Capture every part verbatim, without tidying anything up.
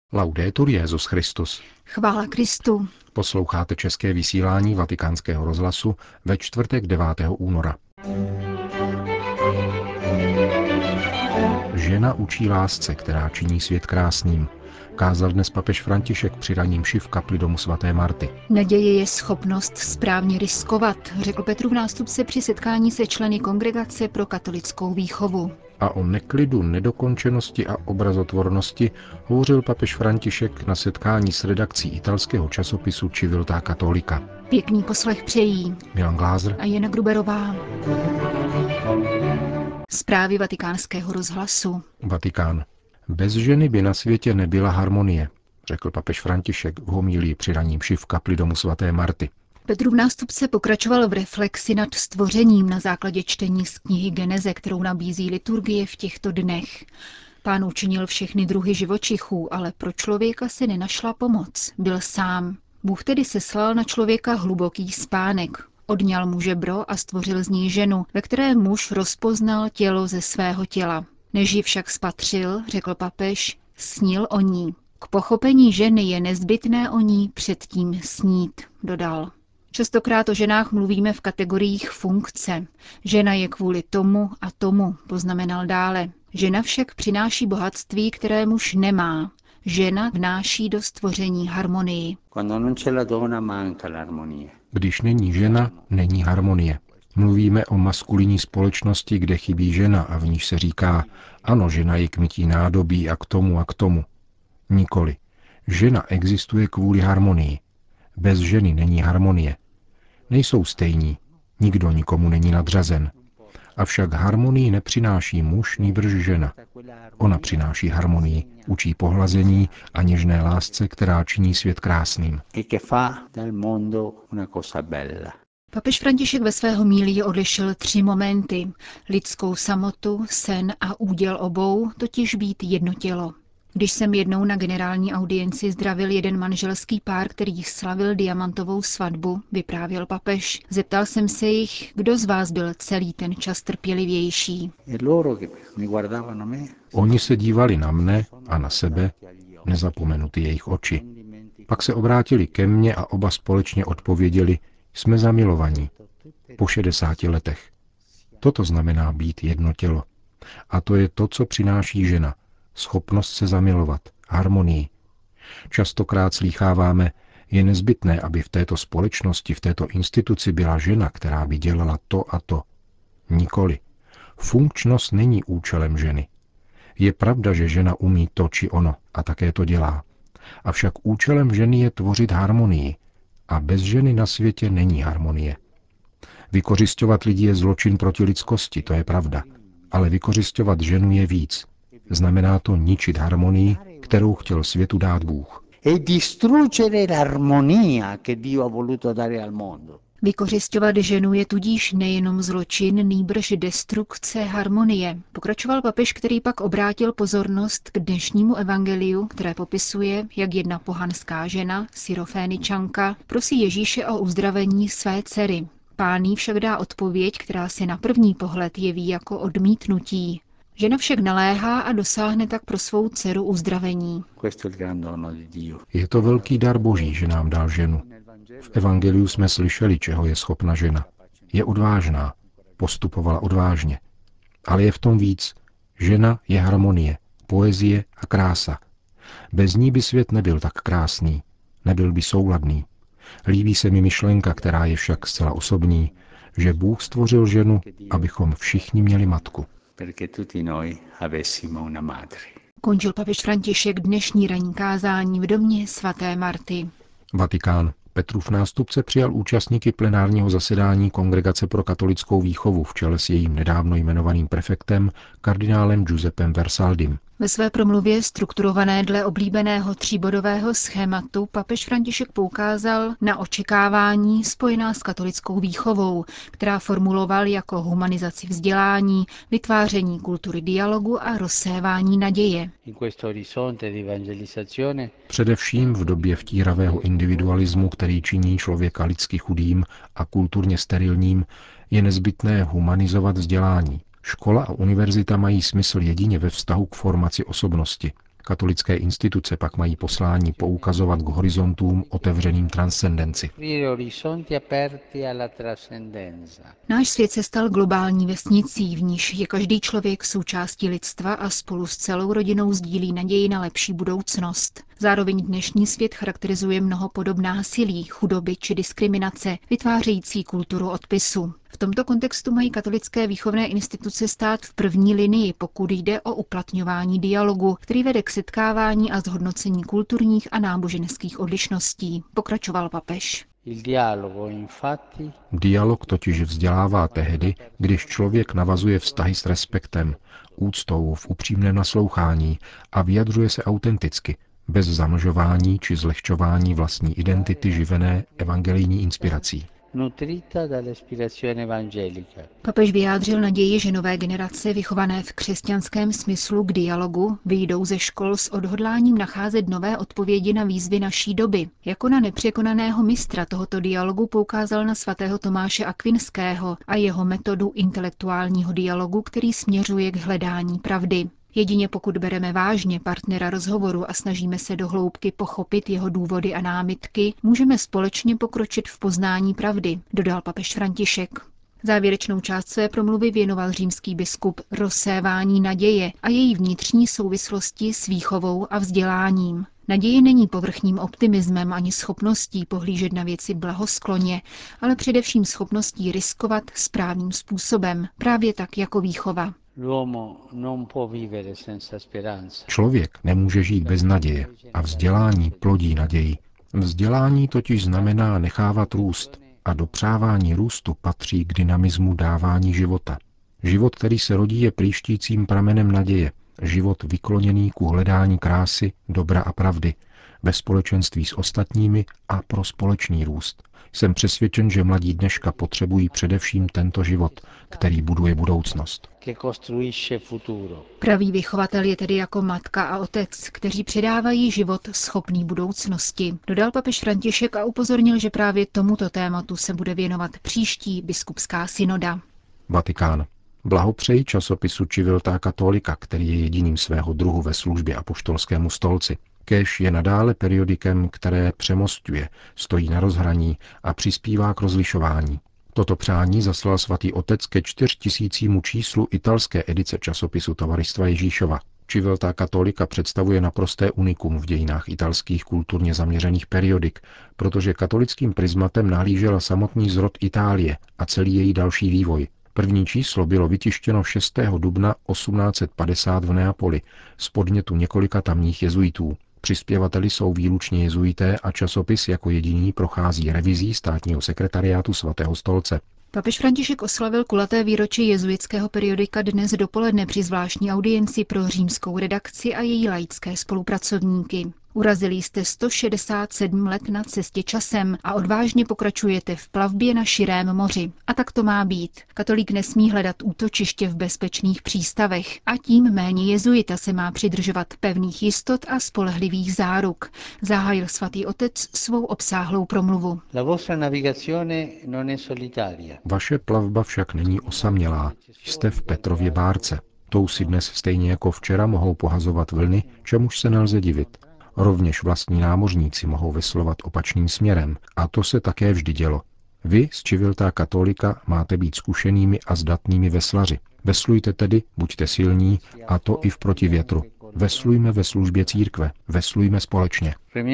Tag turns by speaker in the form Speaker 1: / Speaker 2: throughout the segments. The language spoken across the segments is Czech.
Speaker 1: Laudetur Jesus Christus.
Speaker 2: Chvála Kristu.
Speaker 1: Posloucháte české vysílání Vatikánského rozhlasu ve čtvrtek devátého února. Žena učí lásce, která činí svět krásným, kázal dnes papež František při raní mši v kapli domu svaté Marty.
Speaker 2: Naděje je schopnost správně riskovat, řekl Petrův nástupce při setkání se členy Kongregace pro katolickou výchovu.
Speaker 1: A o neklidu, nedokončenosti a obrazotvornosti hovořil papež František na setkání s redakcí italského časopisu Civiltà Cattolica.
Speaker 2: Pěkný poslech přejí
Speaker 1: Milan Glázer
Speaker 2: a Jana Gruberová. Zprávy Vatikánského rozhlasu.
Speaker 1: Vatikán. Bez ženy by na světě nebyla harmonie, řekl papež František v homílii při raní mši v kapli domu svaté Marty.
Speaker 2: Petrův nástupce pokračoval v reflexi nad stvořením na základě čtení z knihy Geneze, kterou nabízí liturgie v těchto dnech. Pán učinil všechny druhy živočichů, ale pro člověka si nenašla pomoc. Byl sám. Bůh tedy seslal na člověka hluboký spánek. Odňal mu žebro a stvořil z ní ženu, ve které muž rozpoznal tělo ze svého těla. Než ji však spatřil, řekl papež, snil o ní. K pochopení ženy je nezbytné o ní předtím snít, dodal. Častokrát o ženách mluvíme v kategoriích funkce. Žena je kvůli tomu a tomu, poznamenal dále. Žena však přináší bohatství, které muž nemá. Žena vnáší do stvoření harmonii.
Speaker 1: Když není žena, není harmonie. Mluvíme o maskulinní společnosti, kde chybí žena a v níž se říká, ano, žena je k mytí nádobí a k tomu a k tomu. Nikoli. Žena existuje kvůli harmonii. Bez ženy není harmonie. Nejsou stejní. Nikdo nikomu není nadřazen. Avšak harmonii nepřináší muž, nýbrž žena. Ona přináší harmonii, učí pohlazení a něžné lásce, která činí svět krásným.
Speaker 2: Papež František ve své homílii odlišil tři momenty. Lidskou samotu, sen a úděl obou, totiž být jedno tělo. Když jsem jednou na generální audienci zdravil jeden manželský pár, který slavil diamantovou svatbu, vyprávěl papež, zeptal jsem se jich, kdo z vás byl celý ten čas trpělivější.
Speaker 1: Oni se dívali na mne a na sebe, nezapomenu ty jejich oči. Pak se obrátili ke mně a oba společně odpověděli, jsme zamilovaní. Po šedesáti letech. Toto znamená být jedno tělo. A to je to, co přináší žena. Schopnost se zamilovat, harmonii. Častokrát slýcháváme, je nezbytné, aby v této společnosti, v této instituci byla žena, která by dělala to a to. Nikoli. Funkčnost není účelem ženy. Je pravda, že žena umí to či ono a také to dělá. Avšak účelem ženy je tvořit harmonii. A bez ženy na světě není harmonie. Vykořisťovat lidi je zločin proti lidskosti, to je pravda. Ale vykořisťovat ženu je víc. Znamená to ničit harmonii, kterou chtěl světu dát Bůh.
Speaker 2: Vykořisťovat ženu je tudíž nejenom zločin, nýbrž destrukce harmonie. Pokračoval papež, který pak obrátil pozornost k dnešnímu evangeliu, které popisuje, jak jedna pohanská žena, Syroféničanka, prosí Ježíše o uzdravení své dcery. Pán jí však dá odpověď, která se na první pohled jeví jako odmítnutí. Žena však naléhá a dosáhne tak pro svou dceru uzdravení.
Speaker 1: Je to velký dar Boží, že nám dal ženu. V evangeliu jsme slyšeli, čeho je schopna žena. Je odvážná, postupovala odvážně. Ale je v tom víc. Žena je harmonie, poezie a krása. Bez ní by svět nebyl tak krásný, nebyl by souladný. Líbí se mi myšlenka, která je však zcela osobní, že Bůh stvořil ženu, abychom všichni měli matku.
Speaker 2: Končil papež František dnešní ranní kázání v domě svaté Marty.
Speaker 1: Vatikán. Petrův nástupce přijal účastníky plenárního zasedání Kongregace pro katolickou výchovu v čele s jejím nedávno jmenovaným prefektem kardinálem Giuseppem Versaldim.
Speaker 2: Ve své promluvě, strukturované dle oblíbeného tříbodového schématu, papež František poukázal na očekávání spojená s katolickou výchovou, která formuloval jako humanizaci vzdělání, vytváření kultury dialogu a rozsévání naděje.
Speaker 1: Především v době vtíravého individualismu, který činí člověka lidsky chudým a kulturně sterilním, je nezbytné humanizovat vzdělání. Škola a univerzita mají smysl jedině ve vztahu k formaci osobnosti, Katolické instituce pak mají poslání poukazovat k horizontům otevřeným transcendenci.
Speaker 2: Náš svět se stal globální vesnicí, v níž je každý člověk součástí lidstva a spolu s celou rodinou sdílí naději na lepší budoucnost. Zároveň dnešní svět charakterizuje mnoho podob násilí, chudoby či diskriminace, vytvářející kulturu odpisu. V tomto kontextu mají katolické výchovné instituce stát v první linii, pokud jde o uplatňování dialogu, který vede k setkávání a zhodnocení kulturních a náboženských odlišností, pokračoval papež.
Speaker 1: Dialog totiž vzdělává tehdy, když člověk navazuje vztahy s respektem, úctou, v upřímném naslouchání a vyjadřuje se autenticky, bez zamlžování či zlehčování vlastní identity živené evangelijní inspirací.
Speaker 2: Papež vyjádřil naději, že nové generace, vychované v křesťanském smyslu k dialogu, vyjdou ze škol s odhodláním nacházet nové odpovědi na výzvy naší doby. Jako na nepřekonaného mistra tohoto dialogu poukázal na svatého Tomáše Akvinského a jeho metodu intelektuálního dialogu, který směřuje k hledání pravdy. Jedině pokud bereme vážně partnera rozhovoru a snažíme se do hloubky pochopit jeho důvody a námitky, můžeme společně pokročit v poznání pravdy, dodal papež František. Závěrečnou část své promluvy věnoval římský biskup rozsévání naděje a její vnitřní souvislosti s výchovou a vzděláním. Naděje není povrchním optimismem ani schopností pohlížet na věci blahoskloně, ale především schopností riskovat správným způsobem, právě tak jako výchova.
Speaker 1: Člověk nemůže žít bez naděje a vzdělání plodí naději. Vzdělání totiž znamená nechávat růst a dopřávání růstu patří k dynamismu dávání života. Život, který se rodí, je plíštícím pramenem naděje. Život vykloněný ku hledání krásy, dobra a pravdy, ve společenství s ostatními a pro společný růst. Jsem přesvědčen, že mladí dneška potřebují především tento život, který buduje budoucnost.
Speaker 2: Pravý vychovatel je tedy jako matka a otec, kteří předávají život schopný budoucnosti, dodal papež František a upozornil, že právě tomuto tématu se bude věnovat příští biskupská synoda.
Speaker 1: Vatikán. Blahopřeji časopisu Civiltà Cattolica, který je jediným svého druhu ve službě apoštolskému stolci. Kéž je nadále periodikem, které přemosťuje, stojí na rozhraní a přispívá k rozlišování. Toto přání zaslal svatý otec ke čtyřtisícímu číslu italské edice časopisu Tovaristva Ježíšova. Civiltà Cattolica představuje naprosté unikum v dějinách italských kulturně zaměřených periodik, protože katolickým prismatem nahlížela samotný zrod Itálie a celý její další vývoj. První číslo bylo vytištěno šestého dubna osmnáct set padesát v Neapoli z podnětu několika tamních jezuitů. Přispěvateli jsou výlučně jezuité a časopis jako jediný prochází revizí státního sekretariátu svatého stolce.
Speaker 2: Papež František oslavil kulaté výročí jezuitského periodika dnes dopoledne při zvláštní audienci pro římskou redakci a její laické spolupracovníky. Urazili jste sto šedesát sedm let na cestě časem a odvážně pokračujete v plavbě na širém moři. A tak to má být. Katolík nesmí hledat útočiště v bezpečných přístavech a tím méně jezuita se má přidržovat pevných jistot a spolehlivých záruk. Zahájil svatý otec svou obsáhlou promluvu.
Speaker 1: Vaše plavba však není osamělá. Jste v Petrově bárce. Tou si dnes stejně jako včera mohou pohazovat vlny, čemuž se nelze divit. Rovněž vlastní námořníci mohou veslovat opačným směrem a to se také vždy dělo. Vy z Civiltà Cattolica máte být zkušenými a zdatnými veslaři. Veslujte tedy, buďte silní a to i v protivětru. Veslujme ve službě církve, veslujme společně.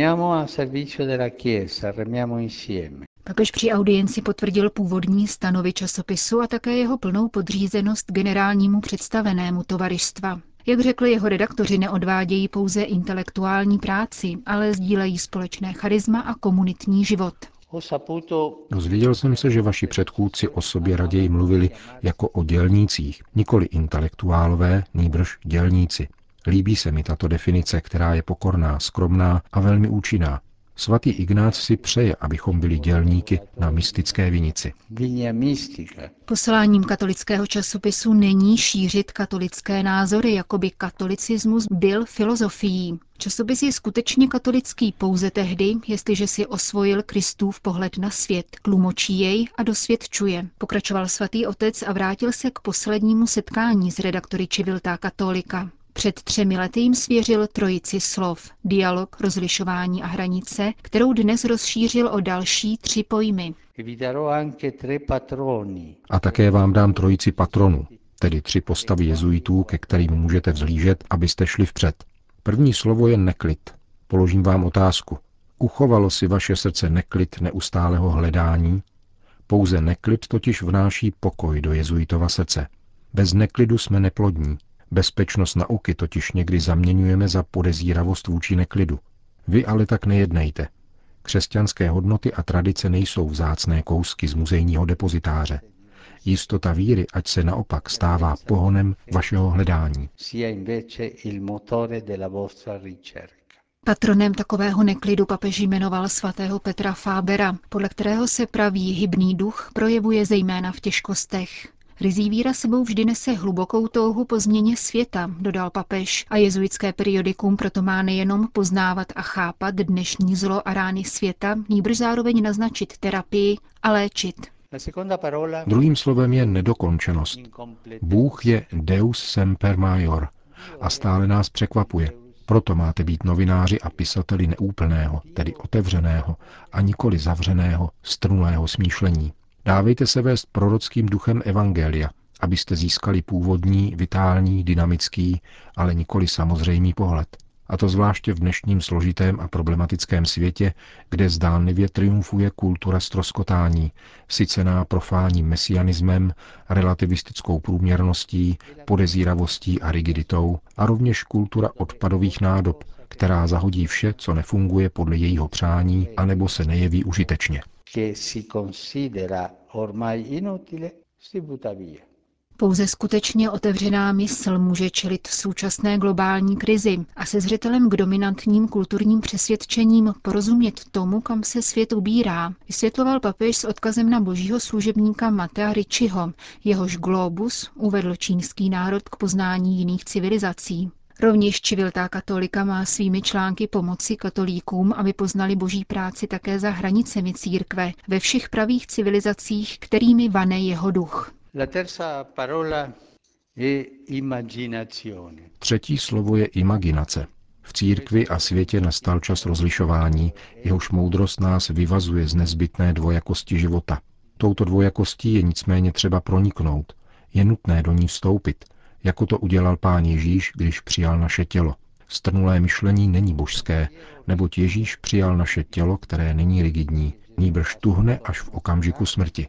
Speaker 2: Papež při audienci potvrdil původní stanovy časopisu a také jeho plnou podřízenost generálnímu představenému tovaristva. Jak řekl, jeho redaktoři neodvádějí pouze intelektuální práci, ale sdílejí společné charisma a komunitní život.
Speaker 1: Dozvěděl jsem se, že vaši předchůdci o sobě raději mluvili jako o dělnících, nikoli intelektuálové, nýbrž dělníci. Líbí se mi tato definice, která je pokorná, skromná a velmi účinná. Svatý Ignác si přeje, abychom byli dělníky na mystické vinici.
Speaker 2: Posláním katolického časopisu není šířit katolické názory, jako by katolicismus byl filozofií. Časopis je skutečně katolický pouze tehdy, jestliže si osvojil Kristův pohled na svět, tlumočí jej a dosvědčuje. Pokračoval svatý otec a vrátil se k poslednímu setkání s redaktory Civiltà Cattolica. Před třemi lety jim svěřil trojici slov, dialog, rozlišování a hranice, kterou dnes rozšířil o další tři pojmy.
Speaker 1: A také vám dám trojici patronů, tedy tři postavy jezuitů, ke kterým můžete vzhlížet, abyste šli vpřed. První slovo je neklid. Položím vám otázku. Uchovalo si vaše srdce neklid neustálého hledání? Pouze neklid totiž vnáší pokoj do jezuitova srdce. Bez neklidu jsme neplodní. Bezpečnost nauky totiž někdy zaměňujeme za podezíravost vůči neklidu. Vy ale tak nejednejte. Křesťanské hodnoty a tradice nejsou vzácné kousky z muzejního depozitáře. Jistota víry, ať se naopak stává pohonem vašeho hledání.
Speaker 2: Patronem takového neklidu papež jmenoval svatého Petra Fábera, podle kterého se pravý hybný duch projevuje zejména v těžkostech. Ryzí víra sebou vždy nese hlubokou touhu po změně světa, dodal papež, a jezuitské periodikum proto má nejenom poznávat a chápat dnešní zlo a rány světa, nýbrž zároveň naznačit terapii a léčit.
Speaker 1: Druhým slovem je nedokončenost. Bůh je Deus semper maior a stále nás překvapuje. Proto máte být novináři a pisateli neúplného, tedy otevřeného a nikoli zavřeného, strnulého smýšlení. Dávejte se vést prorockým duchem evangelia, abyste získali původní, vitální, dynamický, ale nikoli samozřejmý pohled. A to zvláště v dnešním složitém a problematickém světě, kde zdánlivě triumfuje kultura ztroskotání, sycená profánním mesianismem, relativistickou průměrností, podezíravostí a rigiditou, a rovněž kultura odpadových nádob, která zahodí vše, co nefunguje podle jejího přání, anebo se nejeví užitečně.
Speaker 2: Pouze skutečně otevřená mysl může čelit současné globální krizi a se zřetelem k dominantním kulturním přesvědčením porozumět tomu, kam se svět ubírá, vysvětloval papež s odkazem na božího služebníka Matea Ricciho, jehož globus uvedl čínský národ k poznání jiných civilizací. Rovněž Civiltà Cattolica má svými články pomoci katolíkům, aby poznali boží práci také za hranicemi církve, ve všech pravých civilizacích, kterými vane jeho duch.
Speaker 1: Třetí slovo je imaginace. V církvi a světě nastal čas rozlišování, jehož moudrost nás vyvazuje z nezbytné dvojakosti života. Touto dvojakostí je nicméně třeba proniknout. Je nutné do ní vstoupit, jako to udělal Pán Ježíš, když přijal naše tělo. Strnulé myšlení není božské, neboť Ježíš přijal naše tělo, které není rigidní, nýbrž tuhne až v okamžiku smrti.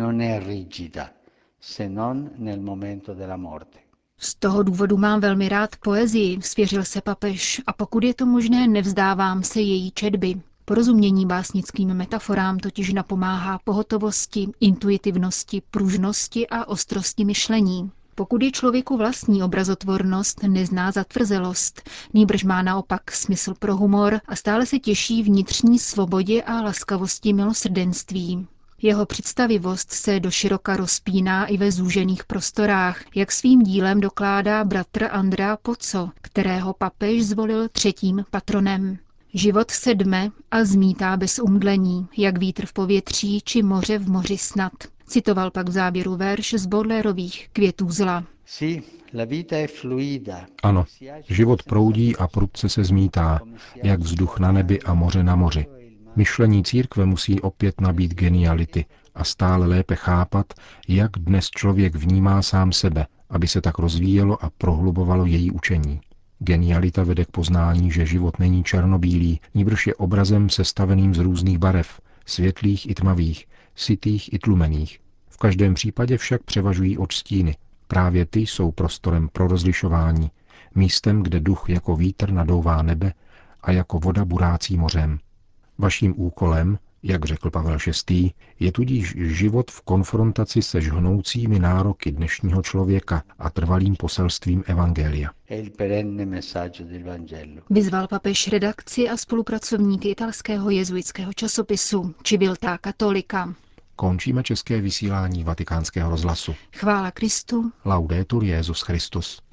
Speaker 2: Z toho důvodu mám velmi rád poezii, svěřil se papež, a pokud je to možné, nevzdávám se její četby. Porozumění básnickým metaforám totiž napomáhá pohotovosti, intuitivnosti, pružnosti a ostrosti myšlení. Pokud je člověku vlastní obrazotvornost, nezná zatvrzelost, nýbrž má naopak smysl pro humor a stále se těší vnitřní svobodě a laskavosti milosrdenství. Jeho představivost se doširoka rozpíná i ve zúžených prostorách, jak svým dílem dokládá bratr Andrea Pozzo, kterého papež zvolil třetím patronem. Život se dme a zmítá bez umdlení, jak vítr v povětří či moře v moři snad. Citoval pak v závěru verš z Baudelairových Květů zla.
Speaker 1: Ano, život proudí a prudce se zmítá, jak vzduch na nebi a moře na moři. Myšlení církve musí opět nabít geniality a stále lépe chápat, jak dnes člověk vnímá sám sebe, aby se tak rozvíjelo a prohlubovalo její učení. Genialita vede k poznání, že život není černobílý, nýbrž je obrazem sestaveným z různých barev, světlých i tmavých, sytých i tlumených. V každém případě však převažují odstíny. Právě ty jsou prostorem pro rozlišování, místem, kde duch jako vítr nadouvá nebe a jako voda burácí mořem. Vaším úkolem, jak řekl Pavel šestý, je tudíž život v konfrontaci se žhnoucími nároky dnešního člověka a trvalým poselstvím evangelia.
Speaker 2: Vyzval papež redakci a spolupracovníky italského jezuitského časopisu Civiltà Cattolica.
Speaker 1: Končíme české vysílání Vatikánského rozhlasu.
Speaker 2: Chvála Kristu.
Speaker 1: Laudetur Jesus Christus.